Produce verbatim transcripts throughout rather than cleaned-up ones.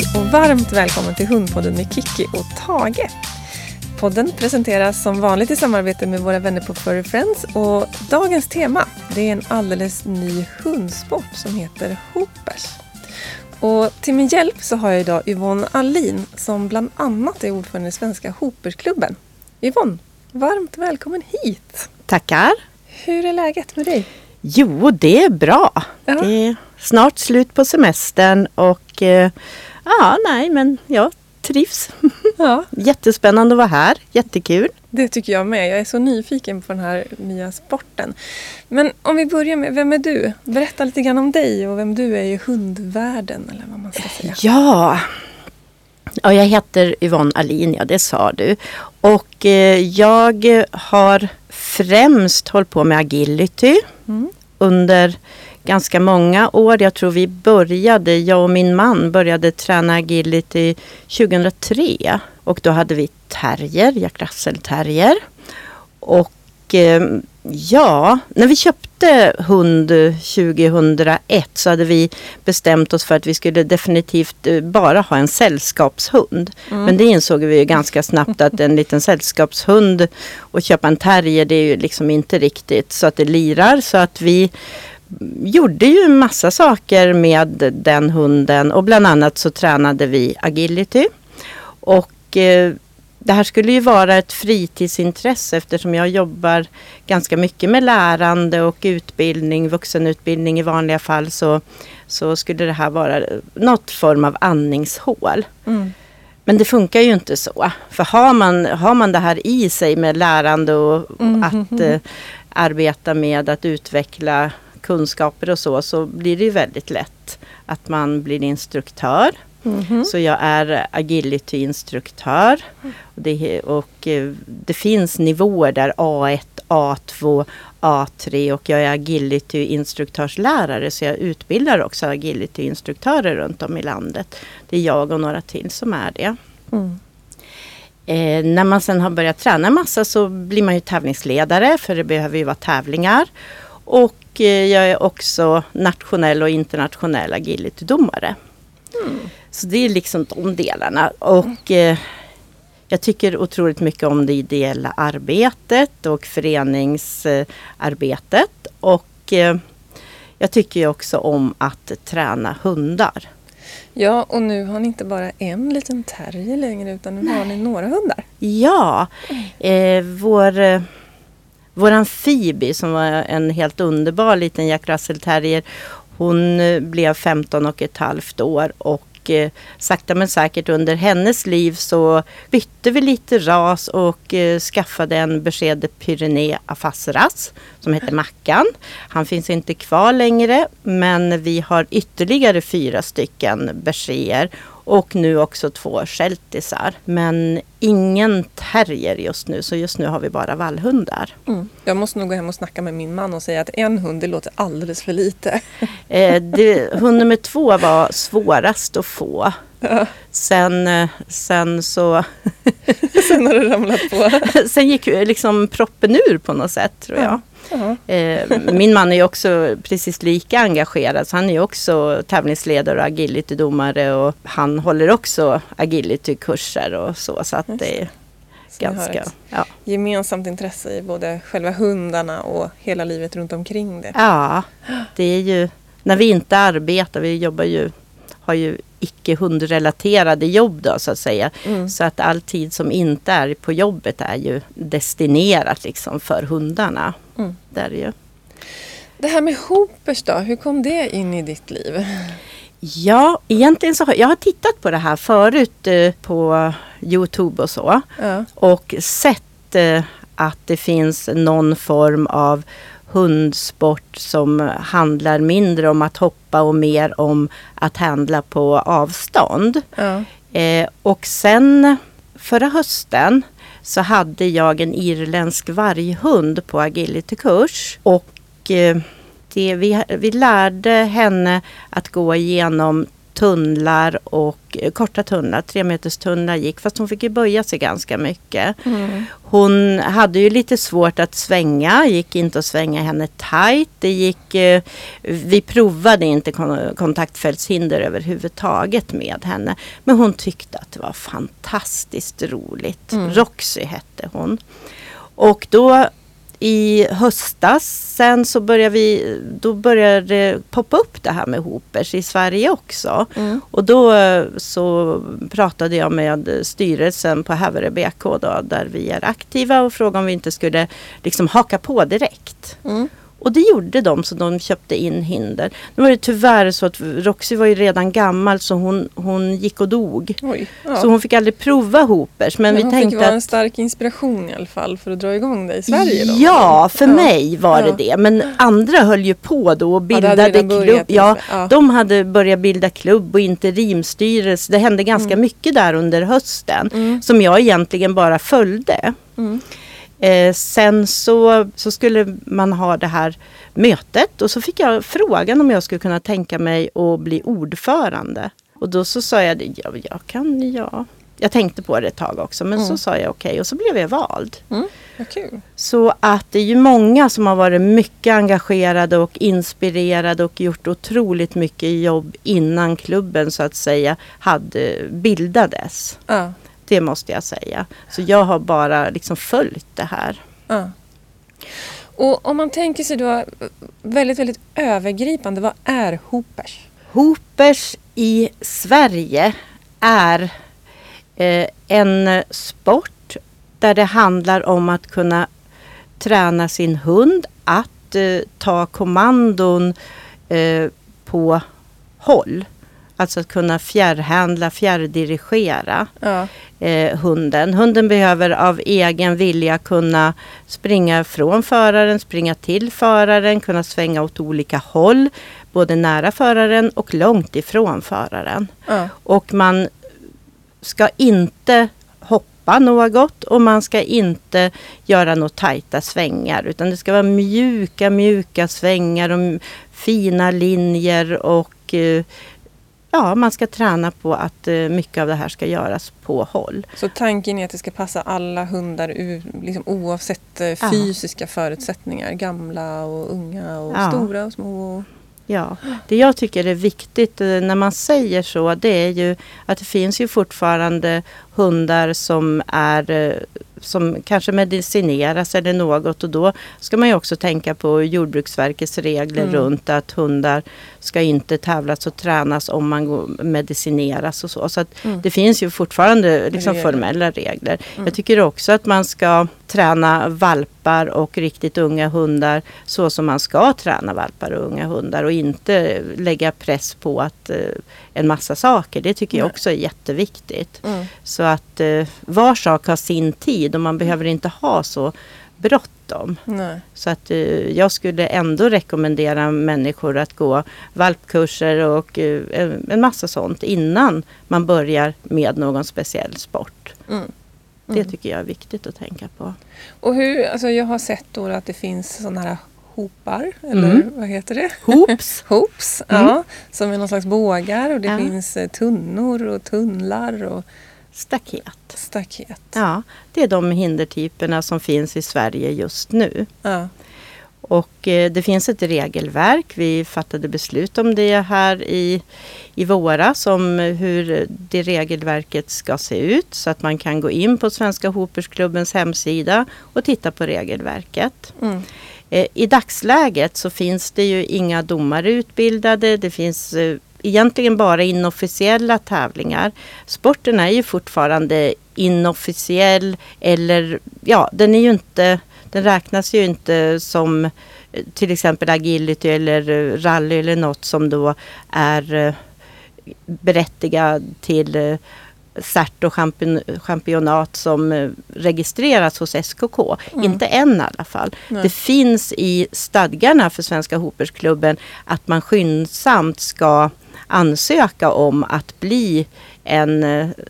och varmt välkommen till Hundpodden med Kiki och Tage. Podden presenteras som vanligt i samarbete med våra vänner på Furry Friends och dagens tema det är en alldeles ny hundsport som heter Hoopers. Och till min hjälp så har jag idag Yvonne Alin som bland annat är ordförande i Svenska Hoopersklubben. Yvonne, varmt välkommen hit! Tackar! Hur är läget med dig? Jo, det är bra. Ja. Det är snart slut på semestern och eh, ja, nej men jag trivs. Ja. Jättespännande att vara här, jättekul. Det tycker jag med. Jag är så nyfiken på den här nya sporten. Men om vi börjar med, vem är du? Berätta lite grann om dig och vem du är i hundvärlden eller vad man ska säga. Ja, ja jag heter Yvonne Alin, ja det sa du. Och eh, jag har främst hållit på med agility mm. under ganska många år. Jag tror vi började, jag och min man började träna agility tjugohundratre. Och då hade vi terrier, Jack Russell terrier. Och eh, ja, när vi köpte hund tjugohundraett så hade vi bestämt oss för att vi skulle definitivt bara ha en sällskapshund. Mm. Men det insåg vi ju ganska snabbt att en liten sällskapshund och köpa en terrier det är ju liksom inte riktigt så att det lirar. Så att vi gjorde ju en massa saker med den hunden och bland annat så tränade vi agility. Och eh, det här skulle ju vara ett fritidsintresse eftersom jag jobbar ganska mycket med lärande och utbildning, vuxenutbildning i vanliga fall så, så skulle det här vara något form av andningshål. Mm. Men det funkar ju inte så. För har man, har man det här i sig med lärande och mm. att eh, arbeta med att utveckla kunskaper och så så blir det ju väldigt lätt att man blir instruktör. Mm-hmm. Så jag är agility-instruktör mm. och, det, och eh, det finns nivåer där A ett, A två, A tre och jag är agility-instruktörslärare så jag utbildar också agility-instruktörer runt om i landet. Det är jag och några till som är det. Mm. Eh, när man sen har börjat träna en massa så blir man ju tävlingsledare för det behöver ju vara tävlingar och eh, jag är också nationell och internationell agility-domare. Mm. Så det är liksom de delarna och eh, jag tycker otroligt mycket om det ideella arbetet och föreningsarbetet eh, och eh, jag tycker ju också om att träna hundar. Ja, och nu har ni inte bara en liten terrier längre utan nu Nej. har ni några hundar. Ja, eh, vår, eh, våran Phoebe som var en helt underbar liten Jack Russell terrier hon eh, blev femton och ett halvt år och eh, sakta men säkert under hennes liv så bytte vi lite ras och eh, skaffade en Berger de Pyrénées Afasseras som heter Mackan. Han finns inte kvar längre men vi har ytterligare fyra stycken Berger och nu också två sheltisar. Men ingen terrier just nu så just nu har vi bara vallhundar. Mm. Jag måste nog gå hem och snacka med min man och säga att en hund det låter alldeles för lite. eh, det, hund nummer två var svårast att få. Ja. Sen, sen så... sen har det ramlat på. Sen gick liksom proppen ur på något sätt tror jag. Ja. Uh-huh. Eh, min man är ju också precis lika engagerad så han är ju också tävlingsledare och agility-domare och han håller också agility-kurser och så så att det är så ganska ja. gemensamt intresse i både själva hundarna och hela livet runt omkring det. Ja, det är ju när vi inte arbetar, vi jobbar ju har ju icke hundrelaterade jobb då så att säga. Mm. Så att all tid som inte är på jobbet är ju destinerat liksom för hundarna. Mm. Där är ju. Det här med Hoopers då, hur kom det in i ditt liv? Ja, egentligen så har jag har tittat på det här förut eh, på YouTube och så. Ja. Och sett eh, att det finns någon form av hundsport som handlar mindre om att hoppa och mer om att handla på avstånd. Ja. Eh, och sen förra hösten så hade jag en irländsk varghund på agilitykurs och eh, det, vi, vi lärde henne att gå igenom tunnlar och eh, korta tunnlar, tre meters tunnlar gick, fast hon fick ju böja sig ganska mycket. Mm. Hon hade ju lite svårt att svänga, gick inte att svänga henne tight. Det gick, eh, vi provade inte kon- kontaktfältshinder överhuvudtaget med henne. Men hon tyckte att det var fantastiskt roligt. Mm. Roxy hette hon. Och då i höstas sen så började vi, då började det poppa upp det här med hoopers i Sverige också. Mm. Och då så pratade jag med styrelsen på Häverö B K då, där vi är aktiva, och frågade om vi inte skulle liksom haka på direkt. Mm. Och det gjorde de, så de köpte in hinder. Nu var det tyvärr så att Roxy var ju redan gammal, så hon, hon gick och dog. Oj, ja. Så hon fick aldrig prova hoopers. Men, men vi hon tänkte fick vara att, en stark inspiration i alla fall för att dra igång det i Sverige då? Ja, för ja. mig var det det. Men andra höll ju på då och bildade ja, klubb. Ja, ja, de hade börjat bilda klubb och interimstyrelse. Det hände ganska mm. mycket där under hösten. Mm. Som jag egentligen bara följde. Mm. Eh, sen så, så skulle man ha det här mötet, och så fick jag frågan om jag skulle kunna tänka mig att bli ordförande. Och då så sa jag, ja, jag kan, ja. Jag tänkte på det ett tag också, men mm. så sa jag okej, okay, och så blev jag vald. Mm. Vad kul. Så att det är ju många som har varit mycket engagerade och inspirerade och gjort otroligt mycket jobb innan klubben så att säga hade bildades. Ja. Det måste jag säga. Så jag har bara liksom följt det här. Ja. Och om man tänker sig då väldigt, väldigt övergripande, vad är hoopers? Hoopers i Sverige är eh, en sport där det handlar om att kunna träna sin hund att eh, ta kommandon eh, på håll. Alltså att kunna fjärrhandla, fjärrdirigera ja. eh, hunden. Hunden behöver av egen vilja kunna springa från föraren, springa till föraren, kunna svänga åt olika håll. Både nära föraren och långt ifrån föraren. Ja. Och man ska inte hoppa något, och man ska inte göra några tajta svängar. Utan det ska vara mjuka, mjuka svängar och fina linjer, och eh, ja, man ska träna på att uh, mycket av det här ska göras på håll. Så tanken är att det ska passa alla hundar liksom, oavsett uh, fysiska ja. förutsättningar. Gamla och unga och ja. stora och små. Ja, det jag tycker är viktigt uh, när man säger så, det är ju att det finns ju fortfarande hundar som är uh, som kanske medicineras eller något, och då ska man ju också tänka på Jordbruksverkets regler mm. runt att hundar ska inte tävlas och tränas om man medicineras och så. Så att mm. det finns ju fortfarande liksom regler. formella regler. Mm. Jag tycker också att man ska träna valpar och riktigt unga hundar så som man ska träna valpar och unga hundar, och inte lägga press på att eh, en massa saker. Det tycker jag också är jätteviktigt. Mm. Så att eh, var sak har sin tid, och man behöver inte ha så bråttom. Nej. Så att eh, jag skulle ändå rekommendera människor att gå valpkurser och eh, en massa sånt innan man börjar med någon speciell sport. Mm. Mm. Det tycker jag är viktigt att tänka på. Och hur, alltså jag har sett då att det finns sådana här hoopar, eller mm. vad heter det? Hoops. Hoops, mm. ja. Som är någon slags bågar, och det ja. finns tunnor och tunnlar och staket. Staket. Ja, det är de hindertyperna som finns i Sverige just nu. Ja. Och eh, det finns ett regelverk. Vi fattade beslut om det här i, i våras, om hur det regelverket ska se ut. Så att man kan gå in på Svenska Hoopersklubbens hemsida och titta på regelverket. Mm. Eh, I dagsläget så finns det ju inga domare utbildade. Det finns eh, egentligen bara inofficiella tävlingar. Sporten är ju fortfarande inofficiell, eller ja, den är ju inte... Den räknas ju inte som till exempel agility eller rally eller något som då är berättigad till cert och championat som registreras hos S K K. Mm. Inte än i alla fall. Nej. Det finns i stadgarna för Svenska Hoopersklubben att man skyndsamt ska ansöka om att bli en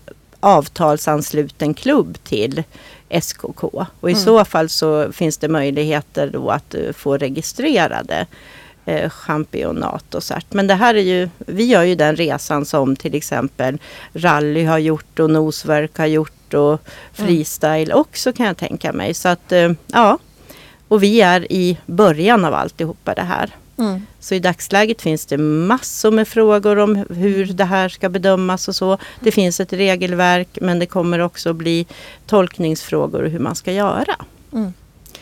avtalsansluten klubb till S K K. Och i mm. så fall så finns det möjligheter då att uh, få registrerade eh, championat och så här. Men det här är ju, vi gör ju den resan som till exempel rally har gjort och nosverk har gjort och freestyle mm. också kan jag tänka mig. Så att eh, ja, och vi är i början av alltihopa det här. Mm. Så i dagsläget finns det massor med frågor om hur det här ska bedömas och så. Det finns ett regelverk, men det kommer också bli tolkningsfrågor hur man ska göra. Mm.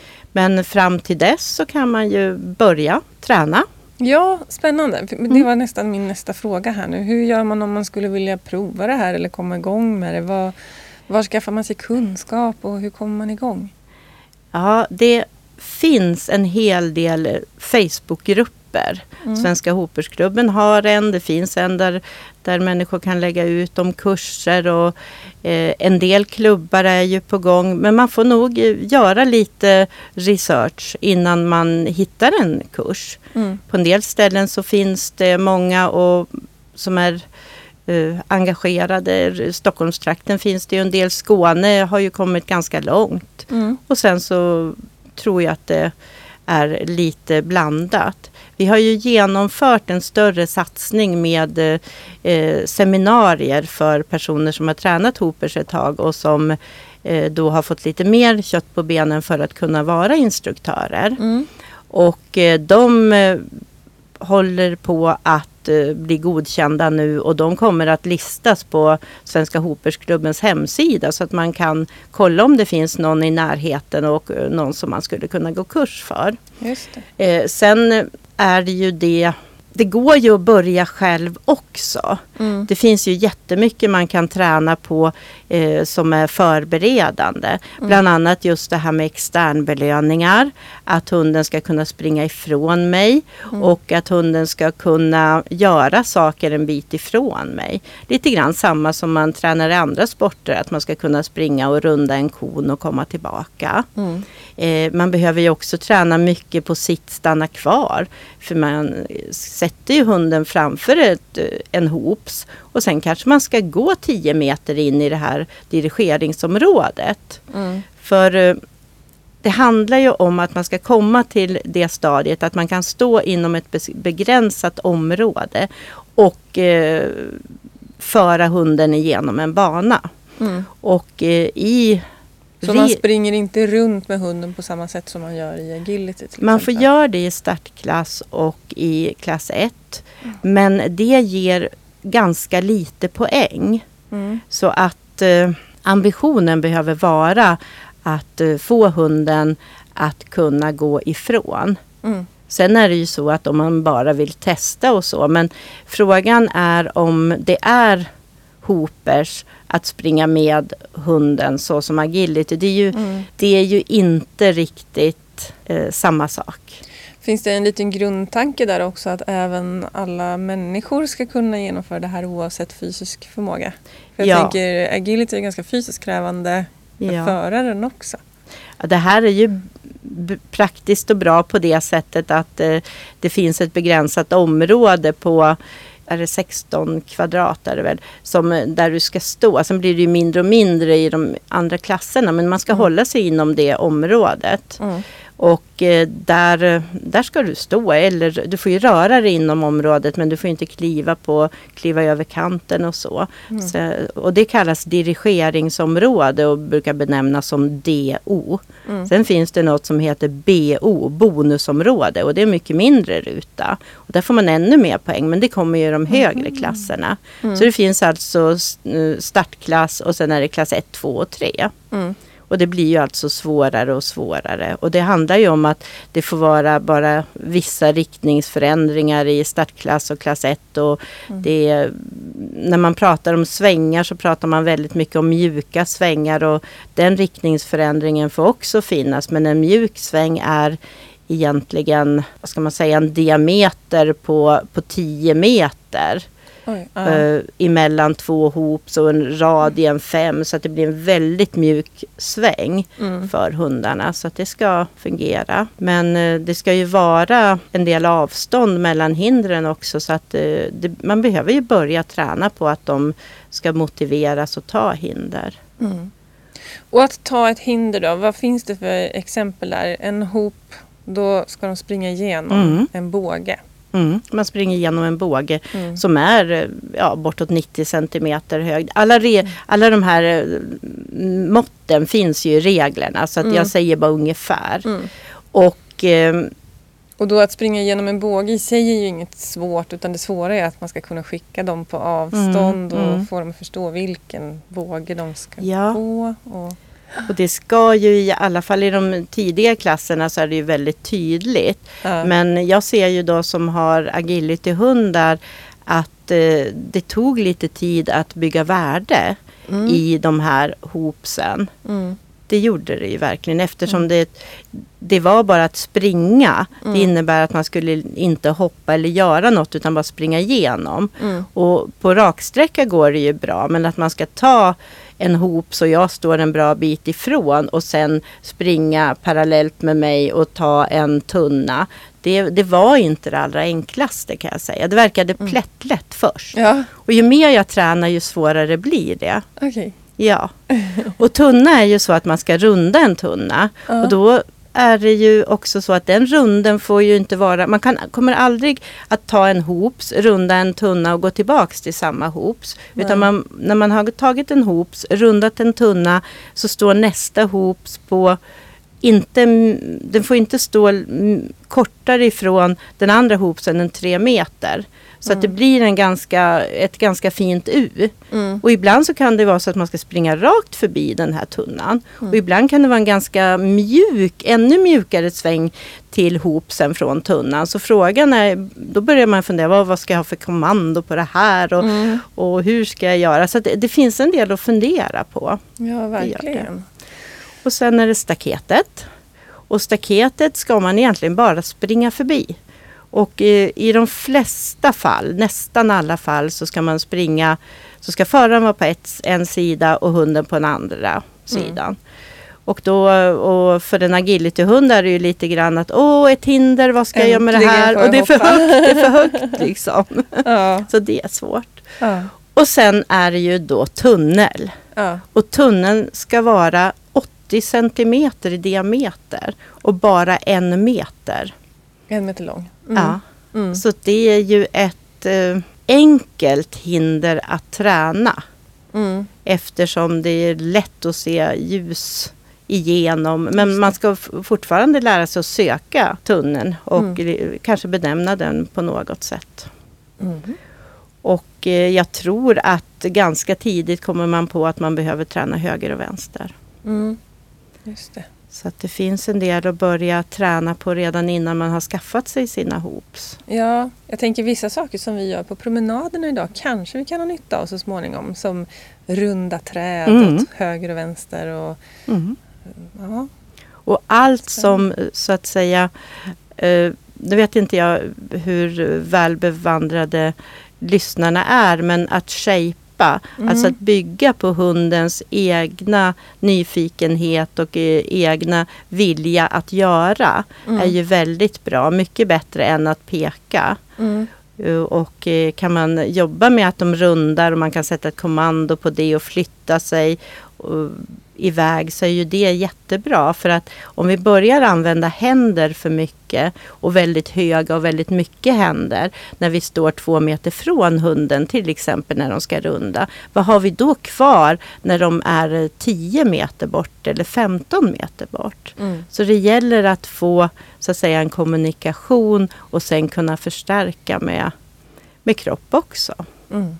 Men fram till dess så kan man ju börja träna. Ja, spännande. Det var nästan min nästa fråga här nu. Hur gör man om man skulle vilja prova det här eller komma igång med det? Var, var skaffar man sig kunskap och hur kommer man igång? Ja, det finns en hel del Facebookgrupper. Mm. Svenska Hoopersklubben har en. Det finns en där, där människor kan lägga ut om kurser och eh, en del klubbar är ju på gång. Men man får nog göra lite research innan man hittar en kurs. Mm. På en del ställen så finns det många och, som är eh, engagerade. Stockholmstrakten finns det ju en del. Skåne har ju kommit ganska långt. Mm. Och sen så tror jag att det är lite blandat. Vi har ju genomfört en större satsning med eh, seminarier för personer som har tränat hoopers ett tag och som eh, då har fått lite mer kött på benen för att kunna vara instruktörer. Mm. Och eh, de eh, håller på att bli godkända nu och de kommer att listas på Svenska Hoopersklubbens hemsida så att man kan kolla om det finns någon i närheten och någon som man skulle kunna gå kurs för. Just det. Eh, sen är det ju det, det går ju att börja själv också. Mm. Det finns ju jättemycket man kan träna på eh, som är förberedande. Mm. Bland annat just det här med externbelöningar. Att hunden ska kunna springa ifrån mig. Mm. Och att hunden ska kunna göra saker en bit ifrån mig. Lite grann samma som man tränar i andra sporter. Att man ska kunna springa och runda en kon och komma tillbaka. Mm. Eh, man behöver ju också träna mycket på sitt stanna kvar. För man sätter ju hunden framför ett, en hoops. Och sen kanske man ska gå tio meter in i det här dirigeringsområdet. Mm. För det handlar ju om att man ska komma till det stadiet att man kan stå inom ett begränsat område och eh, föra hunden igenom en bana. Mm. Och eh, i Så man springer inte runt med hunden på samma sätt som man gör i agility? Man exempel. får göra det i startklass och i klass ett. Mm. Men det ger ganska lite poäng. Mm. Så att eh, ambitionen behöver vara att eh, få hunden att kunna gå ifrån. Mm. Sen är det ju så att om man bara vill testa och så. Men frågan är om det är hoopers att springa med hunden så som agility. Det är ju, mm. det är ju inte riktigt eh, samma sak. Finns det en liten grundtanke där också att även alla människor ska kunna genomföra det här oavsett fysisk förmåga? För jag ja. tänker agility är ganska fysiskt krävande för ja. föraren också. Ja, det här är ju b- praktiskt och bra på det sättet att eh, det finns ett begränsat område på är det sexton kvadrat är det väl, som, där du ska stå. Sen blir det ju mindre och mindre i de andra klasserna, men man ska mm. hålla sig inom det området. Mm. Och eh, där, där ska du stå, eller du får ju röra dig inom området, men du får inte kliva på, kliva över kanten och så. Mm. så och det kallas dirigeringsområde och brukar benämnas som D O. Mm. Sen finns det något som heter B O, bonusområde, och det är mycket mindre ruta. Och där får man ännu mer poäng, men det kommer ju i de högre mm. klasserna. Mm. Så det finns alltså startklass och sen är det klass ett, två och tre. Mm. Och det blir ju alltså svårare och svårare. Och det handlar ju om att det får vara bara vissa riktningsförändringar i startklass och klass ett. Och mm. det är, när man pratar om svängar så pratar man väldigt mycket om mjuka svängar. Och den riktningsförändringen får också finnas. Men en mjuk sväng är egentligen, vad ska man säga, en diameter på, på tio meter. Oj, uh. emellan två hoops och en rad i en fem, så att det blir en väldigt mjuk sväng mm. för hundarna, så att det ska fungera. Men uh, det ska ju vara en del avstånd mellan hindren också, så att uh, det, man behöver ju börja träna på att de ska motiveras att ta hinder. Mm. Och att ta ett hinder då, vad finns det för exempel där? En hoop Då ska de springa igenom Mm. en båge. Mm. Man springer igenom en båge Mm. som är ja, bortåt nittio centimeter hög. Alla, re, alla de här eh, måtten finns ju i reglerna, så att Mm. jag säger bara ungefär. Mm. Och eh, Och då att springa igenom en båge i sig är ju inget svårt, utan det svåra är att man ska kunna skicka dem på avstånd Mm, och mm. få dem att förstå vilken båge de ska Ja. gå. Och, Och det ska ju i alla fall i de tidiga klasserna så är det ju väldigt tydligt. ja. Men jag ser ju då som har agility-hundar att eh, det tog lite tid att bygga värde Mm. i de här hoopsen. Mm. Det gjorde det ju verkligen, eftersom det, det var bara att springa. Mm. Det innebär att man skulle inte hoppa eller göra något utan bara springa igenom. Mm. Och på raksträcka går det ju bra, men att man ska ta en hop så jag står en bra bit ifrån och sen springa parallellt med mig och ta en tunna. Det, det var inte det allra enklaste, kan jag säga. Det verkade Mm. plättlätt först. Ja, Och ju mer jag tränar ju svårare blir det. okej. Ja. Och tunna är ju så att man ska runda en tunna. Ja. Och då är det ju också så att den runden får ju inte vara... Man kan, kommer aldrig att ta en hoops, runda en tunna och gå tillbaks till samma hoops. Nej. Utan man, när man har tagit en hoops, rundat en tunna, så står nästa hoops på... Inte, den får inte stå mm, kortare ifrån den andra hoopsen än tre meter. Så att det blir en ganska, ett ganska fint U. Mm. Och ibland så kan det vara så att man ska springa rakt förbi den här tunnan. Mm. Och ibland kan det vara en ganska mjuk, ännu mjukare sväng till hoopsen från tunnan. Så frågan är, då börjar man fundera, vad, vad ska jag ha för kommando på det här? Och, Mm. och hur ska jag göra? Så att det, det finns en del att fundera på. Ja, det. verkligen. Och sen är det staketet. Och staketet ska man egentligen bara springa förbi. Och i, i de flesta fall, nästan alla fall, så ska man springa, så ska föraren vara på ett, en sida och hunden på den andra sidan. Mm. Och då, och för en agility-hund är det ju lite grann att, åh, ett hinder, vad ska jag göra med det här? Och det är för högt, det är för högt liksom. Ja. Så det är svårt. Ja. Och sen är det ju då tunnel. Ja. Och tunneln ska vara åttio centimeter i diameter och bara en meter. En meter lång. Mm. Ja. Mm. Så det är ju ett eh, enkelt hinder att träna. Mm. Eftersom det är lätt att se ljus igenom. Men man ska f- fortfarande lära sig att söka tunneln och Mm. li- kanske benämna den på något sätt. Mm. Och eh, jag tror att ganska tidigt kommer man på att man behöver träna höger och vänster. Mm. Just det. Så att det finns en del att börja träna på redan innan man har skaffat sig sina hoops. Ja, jag tänker vissa saker som vi gör på promenaderna idag kanske vi kan ha nytta av så småningom. Som runda träd Mm. åt höger och vänster. Och, Mm. ja. Och allt som så att säga, eh, nu vet inte jag hur välbevandrade lyssnarna är, men att shapea, Mm. alltså att bygga på hundens egna nyfikenhet och eh, egna vilja att göra Mm. är ju väldigt bra, mycket bättre än att peka. Mm. Uh, Och eh, kan man jobba med att de rundar och man kan sätta ett kommando på det och flytta sig uh, iväg, så är ju det jättebra. För att om vi börjar använda händer för mycket och väldigt höga och väldigt mycket händer när vi står två meter från hunden, till exempel när de ska runda, vad har vi då kvar när de är tio meter bort eller femton meter bort? Mm. Så det gäller att få, så att säga, en kommunikation och sen kunna förstärka med, med kropp också. Mm.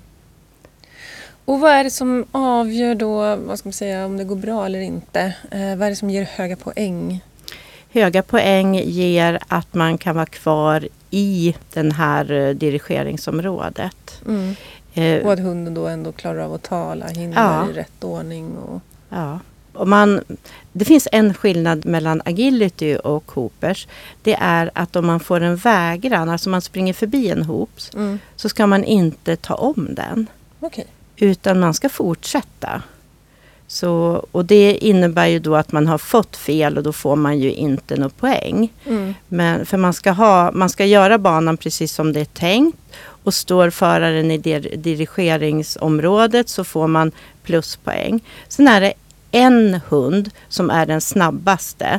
Och vad är det som avgör då, vad ska man säga, om det går bra eller inte? Eh, vad är det som ger höga poäng? Höga poäng ger att man kan vara kvar i den här eh, dirigeringsområdet. Mm. Eh, Och att hunden då ändå klarar av att tala hinder Ja. i rätt ordning. Och, ja. Och man, det finns en skillnad mellan agility och hoopers. Det är att om man får en vägran, alltså man springer förbi en hoops, mm. så ska man inte ta om den. Okej. Utan man ska fortsätta. Så, och det innebär ju då att man har fått fel och då får man ju inte någon poäng. Mm. Men för man ska, ha, man ska göra banan precis som det är tänkt. Och står föraren i dir- dirigeringsområdet så får man pluspoäng. Sen är det en hund som är den snabbaste.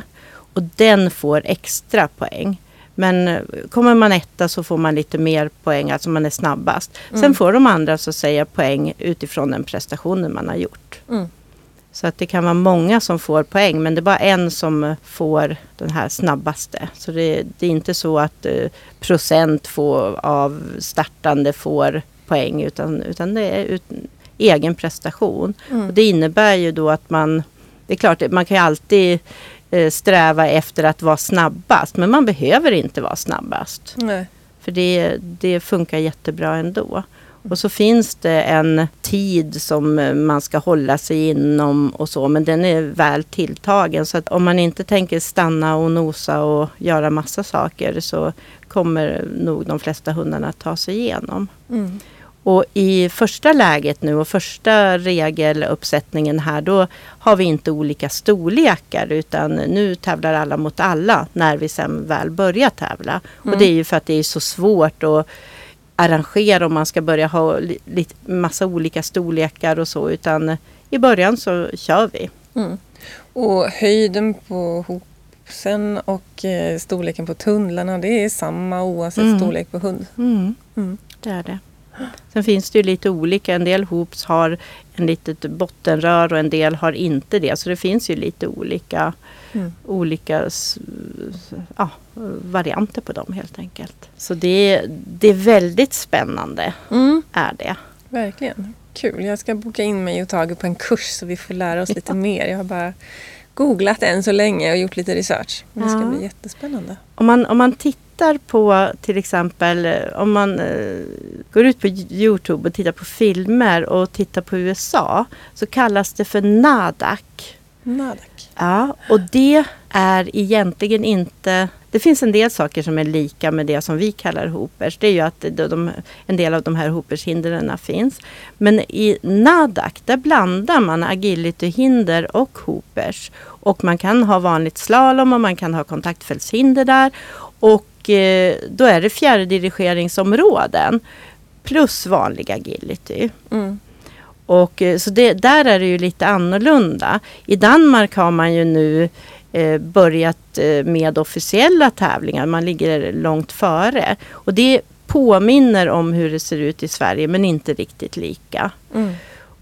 Och den får extra poäng. Men kommer man etta så får man lite mer poäng, alltså man är snabbast. Mm. Sen får de andra så att säga poäng utifrån den prestationen man har gjort. Mm. Så att det kan vara många som får poäng, men det är bara en som får den här snabbaste. Så det, det är inte så att eh, procent får, av startande får poäng, utan, utan det är ut, egen prestation. Mm. Och det innebär ju då att man, det är klart, man kan ju alltid eh, sträva efter att vara snabbast, men man behöver inte vara snabbast. Nej. För det, det funkar jättebra ändå. Och så finns det en tid som man ska hålla sig inom och så. Men den är väl tilltagen. Så att om man inte tänker stanna och nosa och göra massa saker så kommer nog de flesta hundarna att ta sig igenom. Mm. Och i första läget nu och första regeluppsättningen här, då har vi inte olika storlekar, utan nu tävlar alla mot alla när vi sen väl börjar tävla. Mm. Och det är ju för att det är så svårt att arrangera om man ska börja ha lite massa olika storlekar och så, utan i början så kör vi. Mm. Och höjden på hopsen och eh, storleken på tunnlarna, det är samma oavsett mm. storlek på hund. Mm. Mm. Det är det. Sen finns det ju lite olika. En del hoops har en litet bottenrör och en del har inte det. Så det finns ju lite olika, mm. olika ja, varianter på dem helt enkelt. Så det, det är väldigt spännande. Mm. Är det. Verkligen. Kul. Jag ska boka in mig och Tage på en kurs så vi får lära oss lite ja. mer. Jag har bara googlat än så länge och gjort lite research. Men det ska ja. bli jättespännande. Om man, om man tittar på till exempel, om man uh, går ut på YouTube och tittar på filmer och tittar på U S A, så kallas det för NADAC. NADAC. Ja, och det är egentligen inte... Det finns en del saker som är lika med det som vi kallar hoopers. Det är ju att de, de, en del av de här hoopershindren finns. Men i NADAC, där blandar man agilityhinder och hoopers. Och man kan ha vanligt slalom och man kan ha kontaktfältshinder där. Och eh, då är det fjärrdirigeringsområden plus vanlig agility. Mm. Och så det, där är det ju lite annorlunda. I Danmark har man ju nu eh, börjat eh, med officiella tävlingar. Man ligger långt före. Och det påminner om hur det ser ut i Sverige, men inte riktigt lika. Mm.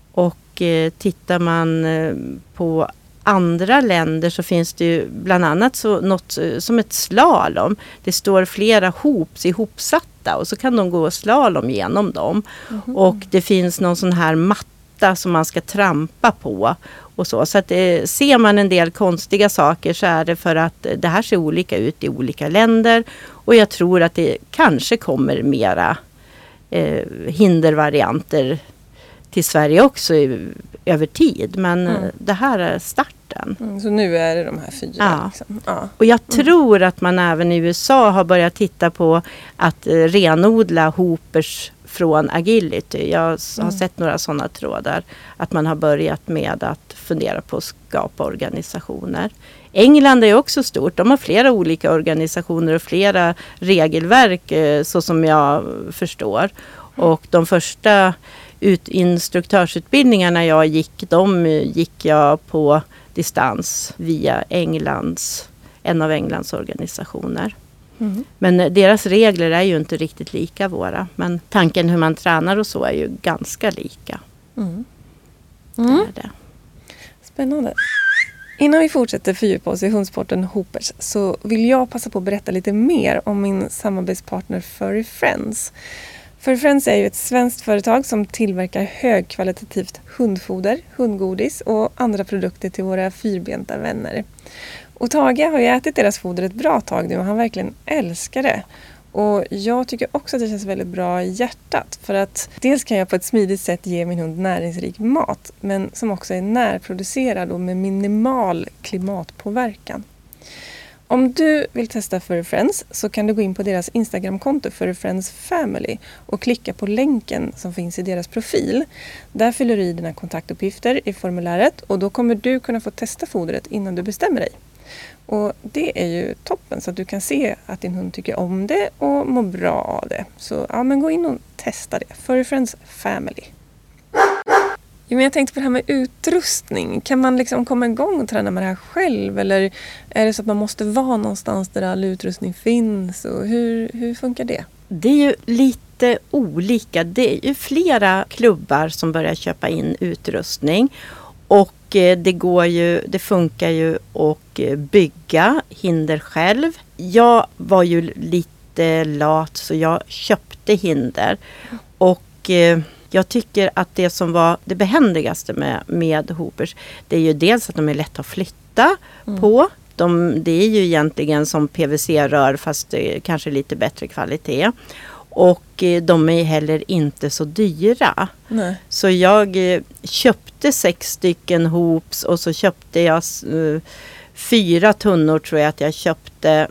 Och eh, tittar man eh, på andra länder så finns det ju bland annat så, något som ett slalom. Det står flera hoops ihopsatta och så kan de gå slalom genom dem. Mm. Och det finns någon sån här matta som man ska trampa på och så. Så att eh, ser man en del konstiga saker så är det för att det här ser olika ut i olika länder. Och jag tror att det kanske kommer mera eh, hindervarianter till Sverige också i, över tid. Men mm. det här är starten. Mm, så nu är det de här fyra. Ja. Liksom. Ja. Och jag tror mm. att man även i U S A har börjat titta på att eh, renodla hoopers från agility. Jag har mm. sett några sådana trådar. Att man har börjat med att fundera på att skapa organisationer. England är också stort. De har flera olika organisationer och flera regelverk eh, så som jag förstår. Mm. Och de första ut instruktörsutbildningarna jag gick, de gick jag på distans via Englands, en av Englands organisationer. Mm. Men deras regler är ju inte riktigt lika våra. Men tanken hur man tränar och så är ju ganska lika. Mm. Mm. Det är det. Spännande. Innan vi fortsätter fördjupa oss i hundsporten hoopers så vill jag passa på att berätta lite mer om min samarbetspartner Furry Friends. Furry Friends är ju ett svenskt företag som tillverkar högkvalitativt hundfoder, hundgodis och andra produkter till våra fyrbenta vänner. Och Tage har ju ätit deras foder ett bra tag nu och han verkligen älskar det. Och jag tycker också att det känns väldigt bra i hjärtat för att dels kan jag på ett smidigt sätt ge min hund näringsrik mat men som också är närproducerad och med minimal klimatpåverkan. Om du vill testa Furry Friends så kan du gå in på deras Instagramkonto Furry Friends Family och klicka på länken som finns i deras profil. Där fyller du i dina kontaktuppgifter i formuläret och då kommer du kunna få testa fodret innan du bestämmer dig. Och det är ju toppen så att du kan se att din hund tycker om det och mår bra av det. Så ja, men gå in och testa det. Furry Friends Family. Ja, men jag tänkte på det här med utrustning. Kan man liksom komma igång och träna med det här själv? Eller är det så att man måste vara någonstans där all utrustning finns? Och hur, hur funkar det? Det är ju lite olika. Det är ju flera klubbar som börjar köpa in utrustning. Och det går ju, det funkar ju att bygga hinder själv. Jag var ju lite lat så jag köpte hinder. Och jag tycker att det som var det behändigaste med, med hoopers, det är ju dels att de är lätta att flytta mm. på. De, det är ju egentligen som P V C-rör fast det kanske lite bättre kvalitet. Och de är heller inte så dyra. Nej. Så jag köpte sex stycken hoops och så köpte jag uh, fyra tunnor tror jag att jag köpte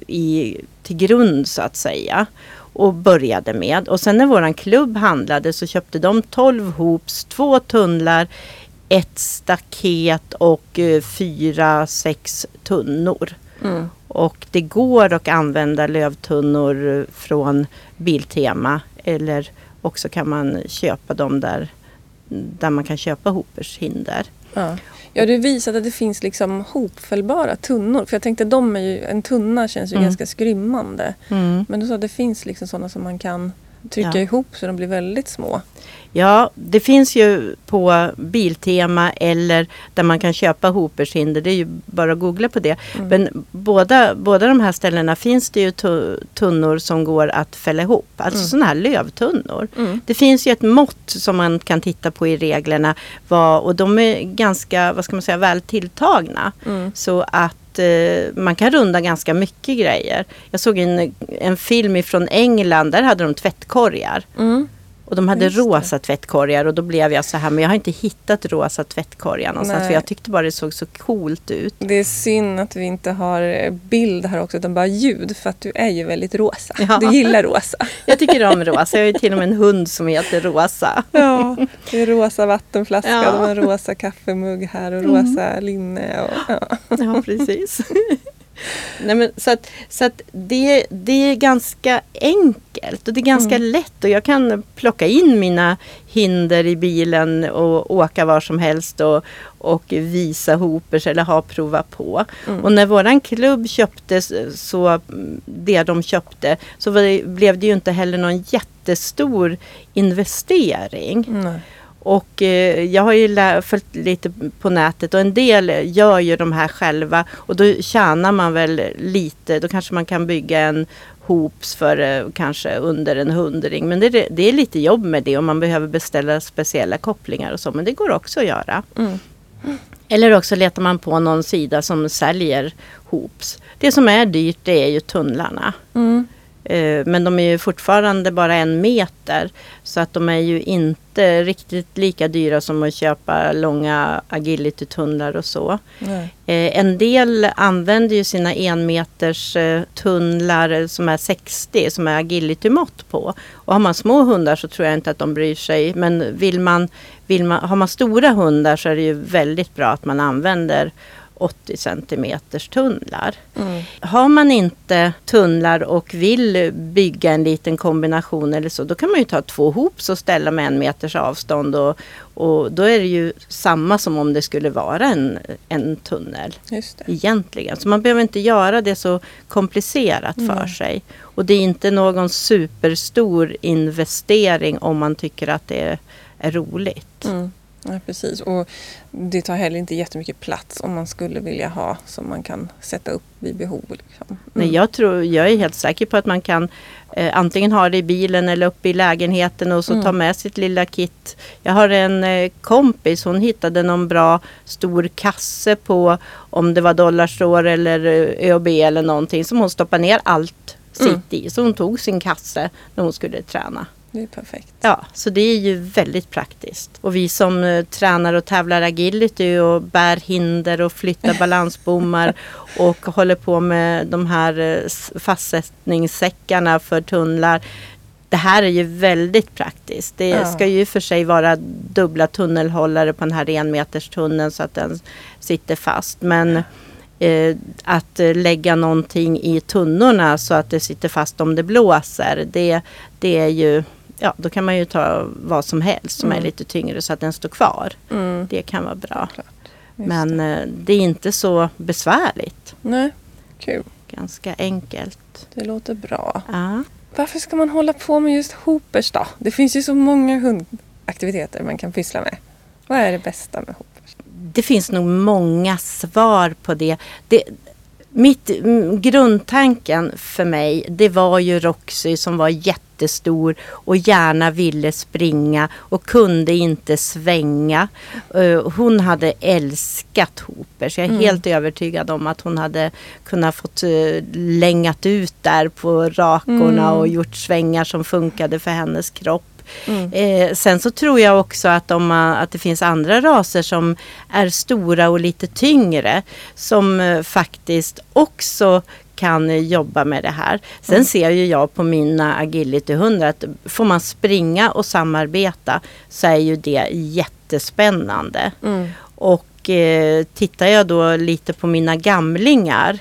i, till grund så att säga. Och började med. Och sen när våran klubb handlade så köpte de tolv hoops, två tunnlar, ett staket och uh, fyra, sex tunnor. Mm. Och det går att använda lövtunnor från Biltema eller också kan man köpa dem där, där man kan köpa hoopers hinder. Ja. Ja, du visade att det finns liksom hopfällbara tunnor. För jag tänkte de är ju, en tunna känns ju mm. ganska skrymmande. Mm. Men du sa att det finns liksom sådana som man kan trycka ja. ihop så de blir väldigt små. Ja, det finns ju på Biltema eller där man kan köpa hoopershinder. Det är ju bara att googla på det. Mm. Men båda, båda de här ställena finns det ju tunnor som går att fälla ihop. Alltså mm. sådana här lövtunnor. Mm. Det finns ju ett mått som man kan titta på i reglerna. Vad, och de är ganska, vad ska man säga, väl tilltagna. Mm. Så att man kan runda ganska mycket grejer. Jag såg en, en film ifrån England. Där hade de tvättkorgar. Mm. Och de hade rosa tvättkorgar och då blev jag så här, men jag har inte hittat rosa tvättkorgar någonstans. Nej. För jag tyckte bara det såg så coolt ut. Det är synd att vi inte har bild här också utan bara ljud för att du är ju väldigt rosa. Ja. Du gillar rosa. Jag tycker om rosa. Jag har ju till och med en hund som heter Rosa. Ja, det är rosa vattenflaska, ja. De har en rosa kaffemugg här och rosa mm. linne. Och, ja. ja, precis. Nej, men så att, så att det, det är ganska enkelt och det är ganska mm. lätt och jag kan plocka in mina hinder i bilen och åka var som helst och, och visa hoopers eller ha prova på. Mm. Och när våran klubb köpte så det de köpte så var det, blev det ju inte heller någon jättestor investering. Mm. Och eh, jag har ju lä- följt lite på nätet och en del gör ju de här själva och då tjänar man väl lite, då kanske man kan bygga en hoops för eh, kanske under en hundring, men det, det är lite jobb med det och man behöver beställa speciella kopplingar och så, men det går också att göra. Mm. Mm. Eller också letar man på någon sida som säljer hoops. Det som är dyrt det är ju tunnlarna. Mm. Men de är ju fortfarande bara en meter så att de är ju inte riktigt lika dyra som att köpa långa agility-tunnlar och så. Nej. En del använder ju sina enmeters tunnlar som är sextio som är agility-mått på. Och har man små hundar så tror jag inte att de bryr sig. Men vill man, vill man, har man stora hundar så är det ju väldigt bra att man använder åttio centimeters tunnlar. Mm. Har man inte tunnlar och vill bygga en liten kombination eller så, då kan man ju ta två hoops och ställa med en meters avstånd och, och då är det ju samma som om det skulle vara en, en tunnel. Just det. Egentligen. Så man behöver inte göra det så komplicerat mm. för sig. Och det är inte någon superstor investering om man tycker att det är, är roligt. Mm. Ja, precis. Och det tar heller inte jättemycket plats om man skulle vilja ha som man kan sätta upp vid behov. Liksom. Mm. Nej, jag, tror, jag är helt säker på att man kan eh, antingen ha det i bilen eller uppe i lägenheten och så mm. ta med sitt lilla kit. Jag har en eh, kompis, hon hittade någon bra stor kasse på om det var Dollarstore eller Ö och B eller någonting som hon stoppade ner allt mm. sitt i. Så hon tog sin kasse när hon skulle träna. Det är perfekt. Ja, så det är ju väldigt praktiskt. Och vi som uh, tränar och tävlar agility och bär hinder och flyttar balansbommar och håller på med de här uh, fastsättningssäckarna för tunnlar. Det här är ju väldigt praktiskt. Det ja. ska ju för sig vara dubbla tunnelhållare på den här enmeters tunneln så att den sitter fast. Men uh, att uh, lägga någonting i tunnorna så att det sitter fast om det blåser, det, det är ju ja, då kan man ju ta vad som helst som Mm. är lite tyngre så att den står kvar. Mm. Det kan vara bra. Just Men det. eh, det är inte så besvärligt. Nej, kul. Ganska enkelt. Det låter bra. Ja. Varför ska man hålla på med just hoopers då? Det finns ju så många hundaktiviteter man kan pyssla med. Vad är det bästa med hoopers? Det finns nog många svar på det. det mitt mm, grundtanken för mig, det var ju Roxy som var jättestor och gärna ville springa och kunde inte svänga. Uh, hon hade älskat hoopers. Jag är Mm. helt helt övertygad om att hon hade kunnat fått uh, längat ut där på rakorna Mm. och gjort svängar som funkade för hennes kropp. Mm. Eh, sen så tror jag också att, om man, att det finns andra raser som är stora och lite tyngre som eh, faktiskt också kan eh, jobba med det här. Sen Mm. ser ju jag på mina agilityhundar att får man springa och samarbeta så är ju det jättespännande. Mm. Och eh, tittar jag då lite på mina gamlingar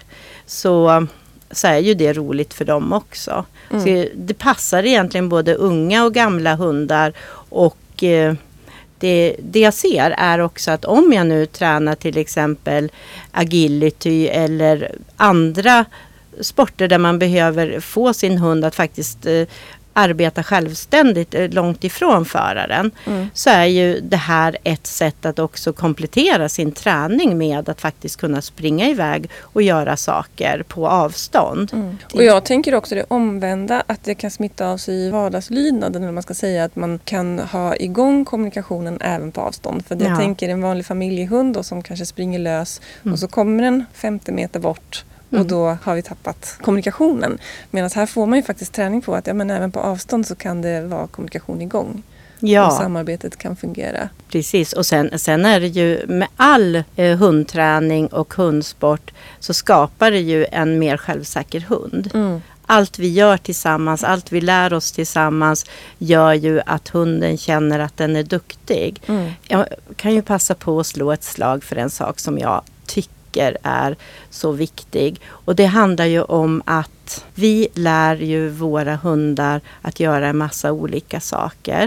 så, så är ju det roligt för dem också. Mm. Så det passar egentligen både unga och gamla hundar och eh, det, det jag ser är också att om jag nu tränar till exempel agility eller andra sporter där man behöver få sin hund att faktiskt eh, arbeta självständigt eh, långt ifrån föraren Mm. så är ju det här ett sätt att också komplettera sin träning med att faktiskt kunna springa iväg och göra saker på avstånd. Mm. Och jag tänker också det omvända, att det kan smitta av sig i vardagslydnaden, eller man ska säga att man kan ha igång kommunikationen även på avstånd. För jag Ja. tänker en vanlig familjehund då, som kanske springer lös Mm. och så kommer den femtio meter bort och Mm. då har vi tappat kommunikationen. Medan här får man ju faktiskt träning på att ja, men även på avstånd så kan det vara kommunikation igång. Och Ja, samarbetet kan fungera. precis. Och sen, sen är det ju med all eh, hundträning och hundsport så skapar det ju en mer självsäker hund. Mm. Allt vi gör tillsammans, allt vi lär oss tillsammans gör ju att hunden känner att den är duktig. Mm. Jag kan ju passa på att slå ett slag för en sak som jag tycker är så viktig. Och det handlar ju om att vi lär ju våra hundar att göra en massa olika saker.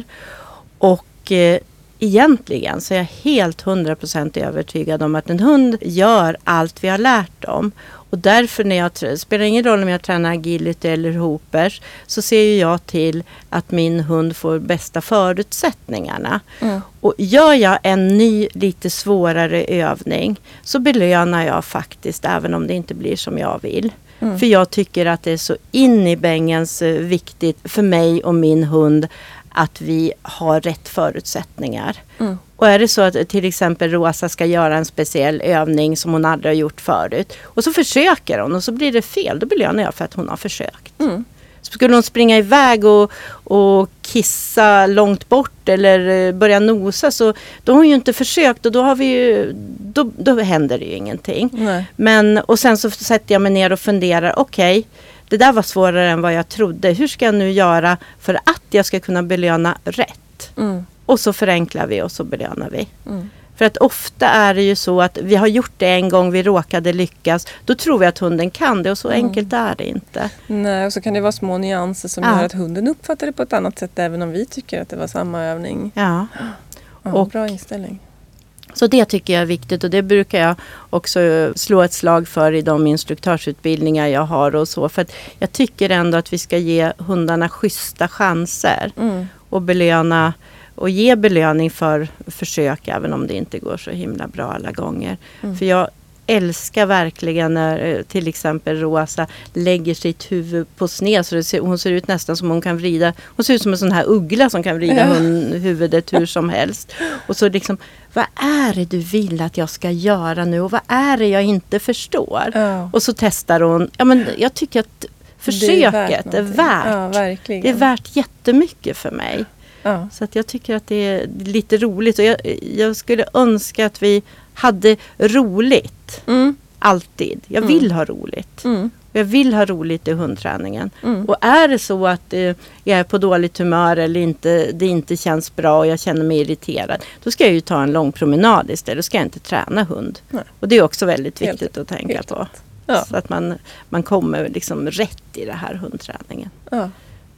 Och eh, egentligen så är jag helt hundra procent övertygad om att en hund gör allt vi har lärt dem. Och därför när jag, tr- spelar ingen roll om jag tränar agility eller hoopers, så ser ju jag till att min hund får bästa förutsättningarna. Mm. Och gör jag en ny lite svårare övning så belönar jag faktiskt även om det inte blir som jag vill. Mm. För jag tycker att det är så in i bängens eh, viktigt för mig och min hund att vi har rätt förutsättningar. Mm. Och är det så att till exempel Rosa ska göra en speciell övning som hon aldrig har gjort förut och så försöker hon och så blir det fel, då belönar jag för att hon har försökt. Mm. Skulle hon springa iväg och, och kissa långt bort eller börja nosa så då har hon ju inte försökt och då, har vi ju, då, då händer det ju ingenting. Nej. Men, och sen så sätter jag mig ner och funderar, okej, okay, det där var svårare än vad jag trodde. Hur ska jag nu göra för att jag ska kunna belöna rätt? Mm. Och så förenklar vi och så belönar vi. Mm. För att ofta är det ju så att vi har gjort det en gång, vi råkade lyckas. Då tror vi att hunden kan det och så Mm. enkelt är det inte. Nej, och så kan det vara små nyanser som Ja. gör att hunden uppfattar det på ett annat sätt även om vi tycker att det var samma övning. Ja. Ja, Och- bra inställning. Så det tycker jag är viktigt och det brukar jag också slå ett slag för i de instruktörsutbildningar jag har och så. För att jag tycker ändå att vi ska ge hundarna schyssta chanser Mm. och belöna och ge belöning för försök även om det inte går så himla bra alla gånger. Mm. För jag älskar verkligen när eh, till exempel Rosa lägger sitt huvud på sned så det ser, hon ser ut nästan som hon kan vrida. Hon ser ut som en sån här uggla som kan vrida Ja. hund, huvudet hur som helst. Och så liksom, vad är det du vill att jag ska göra nu och vad är det jag inte förstår? Ja. Och så testar hon, ja men jag tycker att försöket är värt. Det är värt, ja, verkligen. Det är värt jättemycket för mig. Ja. Så att jag tycker att det är lite roligt. Och jag, jag skulle önska att vi hade roligt. Mm. Alltid. Jag Mm. vill ha roligt. Mm. Jag vill ha roligt i hundträningen. Mm. Och är det så att eh, jag är på dåligt humör eller inte, det inte känns bra och jag känner mig irriterad. Då ska jag ju ta en lång promenad istället. Då ska jag inte träna hund. Nej. Och det är också väldigt Helt viktigt att tänka helt på. rätt. Ja. Så att man, man kommer liksom rätt i det här hundträningen. Ja.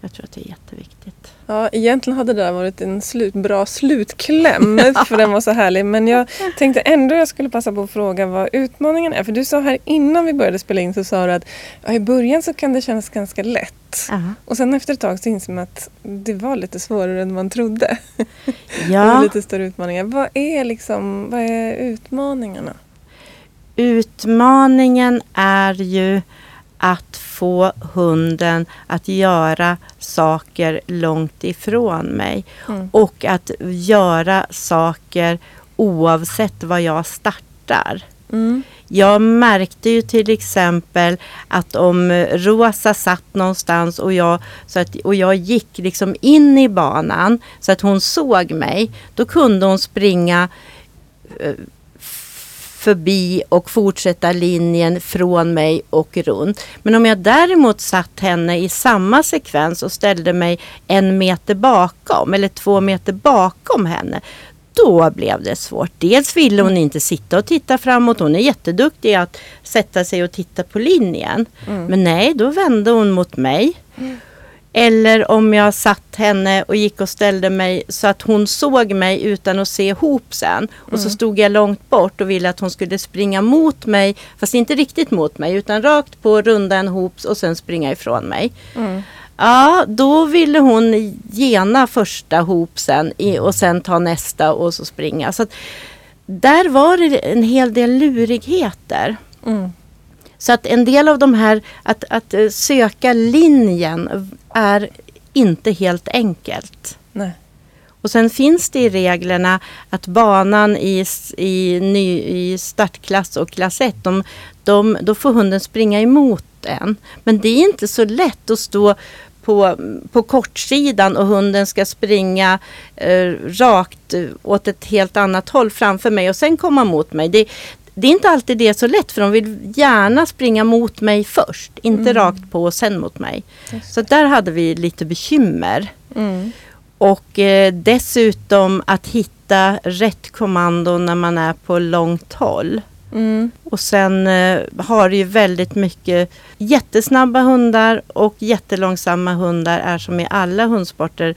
Jag tror att det är jätteviktigt. Ja, egentligen hade det där varit en slut, bra slutkläm för den var så härlig. Men jag tänkte ändå jag skulle passa på att fråga vad utmaningen är. För du sa här innan vi började spela in så sa du att ja, i början så kan det kännas ganska lätt. Uh-huh. Och sen efter ett tag så inser man att det var lite svårare än man trodde. Ja. Och lite större utmaningar. Vad är, liksom, vad är utmaningarna? Utmaningen är ju att få hunden att göra saker långt ifrån mig. Mm. Och att göra saker oavsett vad jag startar. Mm. Jag märkte ju till exempel att om Rosa satt någonstans och jag, så att, och jag gick liksom in i banan så att hon såg mig. Då kunde hon springa eh, förbi och fortsätta linjen från mig och runt. Men om jag däremot satt henne i samma sekvens och ställde mig en meter bakom eller två meter bakom henne, då blev det svårt. Dels ville hon inte sitta och titta framåt. Hon är jätteduktig att sätta sig och titta på linjen. Mm. Men nej, då vände hon mot mig. Mm. Eller om jag satt henne och gick och ställde mig så att hon såg mig utan att se hoopsen. Och mm. så stod jag långt bort och ville att hon skulle springa mot mig. Fast inte riktigt mot mig utan rakt på, runda en hoops och sen springa ifrån mig. Mm. Ja, då ville hon gena första hoopsen och sen ta nästa och så springa. Så att där var det en hel del lurigheter. Mm. Så att en del av de här, att, att söka linjen är inte helt enkelt. Nej. Och sen finns det i reglerna att banan i, i, ny, i startklass och klass ett, de, de, då får hunden springa emot en. Men det är inte så lätt att stå på, på kortsidan och hunden ska springa eh, rakt åt ett helt annat håll framför mig och sen komma mot mig. Det, det är inte alltid det så lätt för de vill gärna springa mot mig först. Inte mm. rakt på och sen mot mig. Så där hade vi lite bekymmer. Mm. Och eh, dessutom att hitta rätt kommando när man är på långt håll. Mm. Och sen eh, har det ju väldigt mycket jättesnabba hundar och jättelångsamma hundar är som i alla hundsporter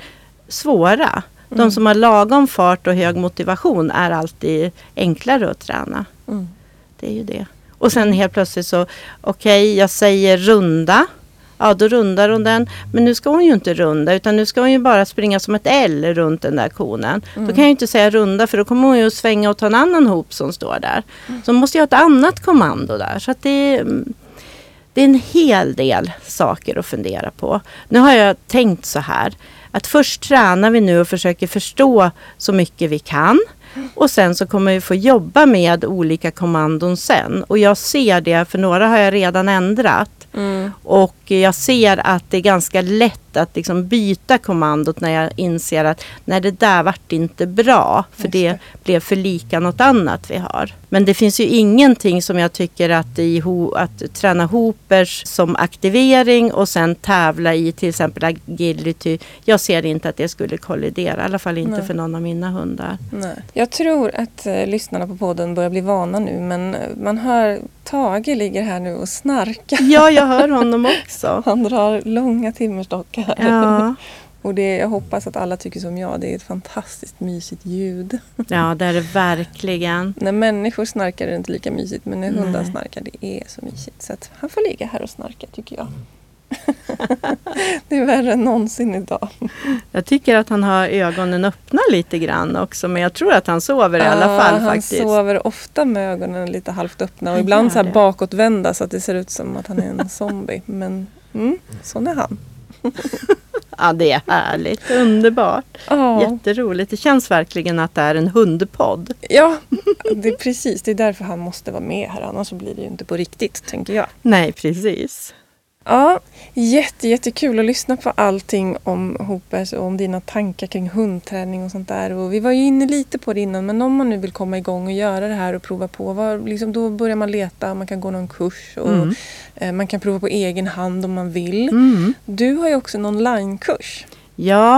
svåra. Mm. De som har lagom fart och hög motivation är alltid enklare att träna. Mm. Det är ju det. Och sen helt plötsligt så, okej, okay, jag säger runda. Ja, då rundar hon den. Men nu ska hon ju inte runda utan nu ska hon ju bara springa som ett L runt den där konen. Mm. Då kan jag ju inte säga runda för då kommer hon ju att svänga och ta en annan hop som står där. Mm. Så måste jag ha ett annat kommando där. Så att det, det är en hel del saker att fundera på. Nu har jag tänkt så här. Att först tränar vi nu och försöker förstå så mycket vi kan. Och sen så kommer vi få jobba med olika kommandon sen. Och jag ser det, för några har jag redan ändrat. Mm. Och jag ser att det är ganska lätt att liksom byta kommandot när jag inser att nej, det där vart inte bra. För det. det blev för lika något annat vi har. Men det finns ju ingenting som jag tycker att, i ho- att träna hoopers som aktivering och sen tävla i till exempel agility. Jag ser inte att det skulle kollidera. I alla fall inte nej. För någon av mina hundar. Nej. Jag tror att eh, lyssnarna på podden börjar bli vana nu. Men man hör Tage ligger här nu och snarkar. Ja, jag hör honom också. Han drar långa timmerstockar. Ja. Och det, jag hoppas att alla tycker som jag. Det är ett fantastiskt mysigt ljud. Ja, det är det verkligen. När människor snarkar är det inte lika mysigt. Men när hundar snarkar, det är så mysigt. Så att han får ligga här och snarka, tycker jag. Det är värre än någonsin idag. Jag tycker att han har ögonen öppna lite grann också. Men jag tror att han sover i alla fall han faktiskt. Han sover ofta med ögonen lite halvt öppna. Och ibland så här bakåtvända så att det ser ut som att han är en zombie. Men mm, sån är han. Ja, det är härligt. Underbart. Ja. Jätteroligt. Det känns verkligen att det är en hundpodd. Ja, det är precis. Det är därför han måste vara med här. Annars så blir det ju inte på riktigt, tänker jag. Nej, precis. Ja, jätte, jättekul att lyssna på allting om hoopers och om dina tankar kring hundträning och sånt där. Och vi var ju inne lite på det innan, men om man nu vill komma igång och göra det här och prova på, var, liksom, då börjar man leta, man kan gå någon kurs och mm. eh, man kan prova på egen hand om man vill. Mm. Du har ju också en onlinekurs. Ja,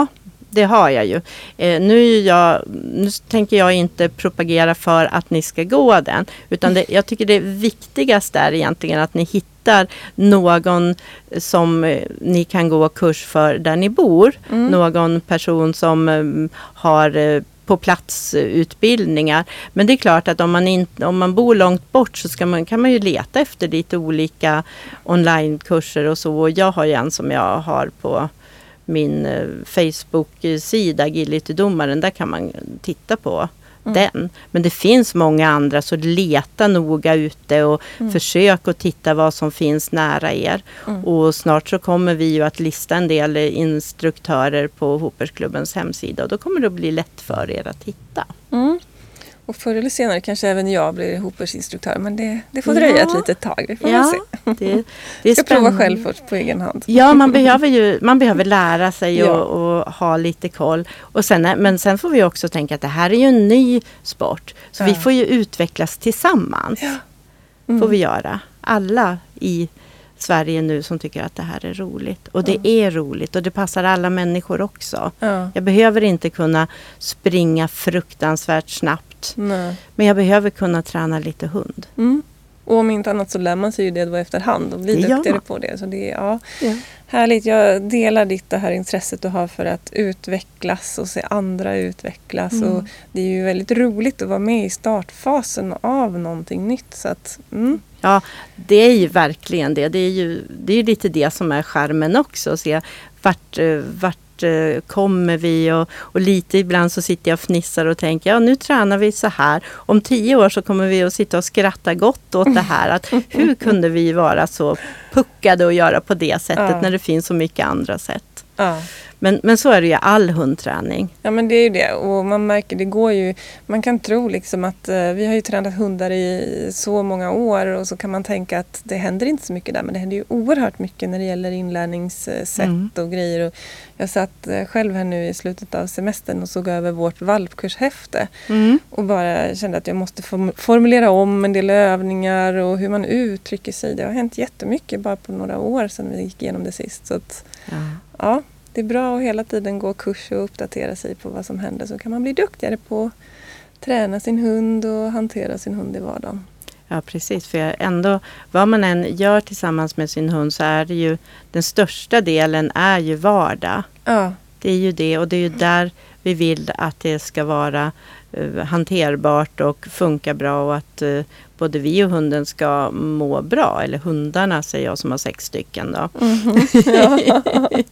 det har jag ju. Eh, nu, är jag, nu tänker jag inte propagera för att ni ska gå den. Utan det, jag tycker det viktigaste är egentligen att ni hittar någon som eh, ni kan gå kurs för där ni bor. Mm. Någon person som eh, har eh, på plats utbildningar. Men det är klart att om man, inte, om man bor långt bort så ska man, kan man ju leta efter lite olika onlinekurser och så. Och jag har ju en som jag har på min Facebook-sida, Agilitydomaren. Där kan man titta på mm. den. Men det finns många andra, så leta noga ute och mm. försök att titta vad som finns nära er. Mm. Och snart så kommer vi ju att lista en del instruktörer på Hoopersklubbens hemsida och då kommer det att bli lätt för er att hitta. Mm. Och förr eller senare kanske även jag blir Hoopers instruktör. Men det, det får dröja ja. ett litet tag. Vi får ja, se. Det, det är ska prova själv först på egen hand. Ja, man behöver ju man behöver lära sig ja. och, och ha lite koll. Och sen, men sen får vi också tänka att det här är ju en ny sport. Så ja. vi får ju utvecklas tillsammans. Ja. Mm. Får vi göra. Alla i Sverige nu som tycker att det här är roligt. Och det mm. är roligt och det passar alla människor också. Ja. Jag behöver inte kunna springa fruktansvärt snabbt. Nej. Men jag behöver kunna träna lite hund. Mm. Och om inte annat så lär man sig ju det då efterhand och blir duktigare ja. på det. Så det är ja, ja. härligt. Jag delar ditt det här intresset du har för att utvecklas och se andra utvecklas. Mm. Och det är ju väldigt roligt att vara med i startfasen av någonting nytt. Så att, mm. Ja, det är ju verkligen det. Det är ju det är ju lite det som är skärmen också. Att se vart, vart kommer vi och, och lite ibland så sitter jag och fnissar och tänker ja nu tränar vi så här. Om tio år så kommer vi att sitta och skratta gott åt det här. Att hur kunde vi vara så puckade och göra på det sättet ja. när det finns så mycket andra sätt. Ja. Men, men så är det ju all hundträning. Ja men det är ju det och man märker det går ju, man kan tro liksom att uh, vi har ju tränat hundar i så många år och så kan man tänka att det händer inte så mycket där men det händer ju oerhört mycket när det gäller inlärningssätt mm. och grejer. Och jag satt uh, själv här nu i slutet av semestern och såg över vårt valpkurshäfte mm. och bara kände att jag måste form- formulera om en del övningar och hur man uttrycker sig. Det har hänt jättemycket bara på några år sedan vi gick igenom det sist. Så att, ja. ja. Det är bra att hela tiden gå kurs och uppdatera sig på vad som händer. Så kan man bli duktigare på att träna sin hund och hantera sin hund i vardagen. Ja, precis. För ändå, vad man än gör tillsammans med sin hund så är det ju, den största delen är ju vardag. Ja. Det är ju det och det är ju där vi vill att det ska vara uh, hanterbart och funka bra och att uh, både vi och hunden ska må bra. Eller hundarna säger jag som har sex stycken då. Mm-hmm.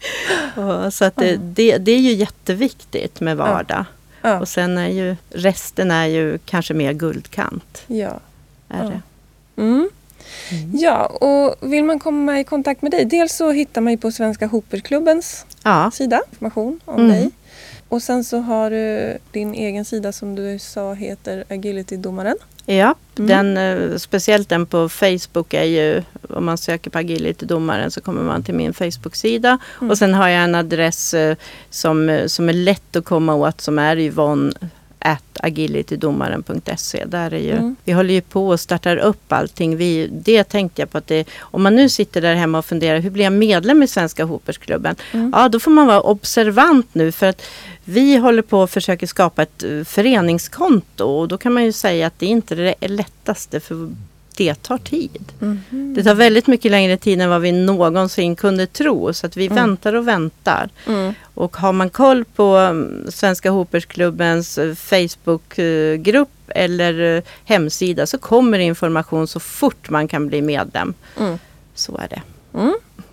Ja. och, så att det, det, det är ju jätteviktigt med vardag. Ja. Ja. Och sen är ju resten är ju kanske mer guldkant. Ja. Är ja. det. Mm. Mm. Ja, och vill man komma i kontakt med dig, dels så hittar man ju på Svenska Hoopersklubbens ja. sida information om mm. dig. Och sen så har du din egen sida som du sa heter Agilitydomaren. Ja, mm. den, speciellt den på Facebook är ju, om man söker på Agilitydomaren så kommer man till min Facebook-sida. Mm. Och sen har jag en adress som, som är lätt att komma åt som är Yvonne at agilitydomaren punkt se. Där är ju, mm. vi håller ju på och startar upp allting. Vi, det tänkte jag på att det, om man nu sitter där hemma och funderar, hur blir jag medlem i Svenska Hoopersklubben? Mm. Ja, då får man vara observant nu för att vi håller på att försöka skapa ett föreningskonto och då kan man ju säga att det inte är det lättaste för det tar tid. Mm. Det tar väldigt mycket längre tid än vad vi någonsin kunde tro. Så att vi mm. väntar och väntar. Mm. Och har man koll på Svenska Hoopersklubbens Facebookgrupp eller hemsida så kommer information så fort man kan bli medlem. Mm. Så är det. Mm.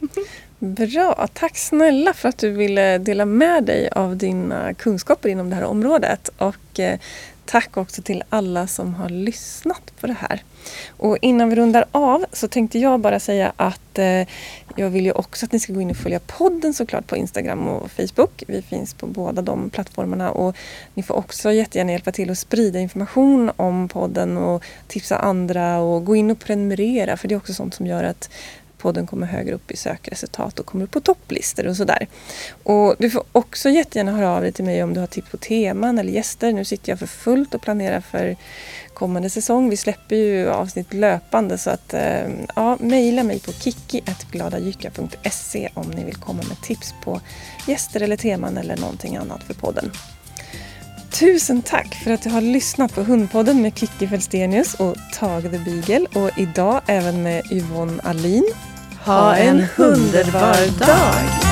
Bra, tack snälla för att du ville dela med dig av dina kunskaper inom det här området. Och eh, tack också till alla som har lyssnat på det här. Och innan vi rundar av så tänkte jag bara säga att eh, jag vill ju också att ni ska gå in och följa podden såklart på Instagram och Facebook. Vi finns på båda de plattformarna och ni får också jättegärna hjälpa till att sprida information om podden och tipsa andra och gå in och prenumerera för det är också sånt som gör att podden kommer högre upp i sökresultat och kommer upp på topplistor och sådär. Och du får också jättegärna höra av dig till mig om du har tips på teman eller gäster. Nu sitter jag för fullt och planerar för kommande säsong. Vi släpper ju avsnitt löpande så att ja, mejla mig på kiki at gladajycka punkt se om ni vill komma med tips på gäster eller teman eller någonting annat för podden. Tusen tack för att du har lyssnat på Hundpodden med Kiki Fälstenius och Tage the Beagle och idag även med Yvonne Alin. Ha en underbar dag!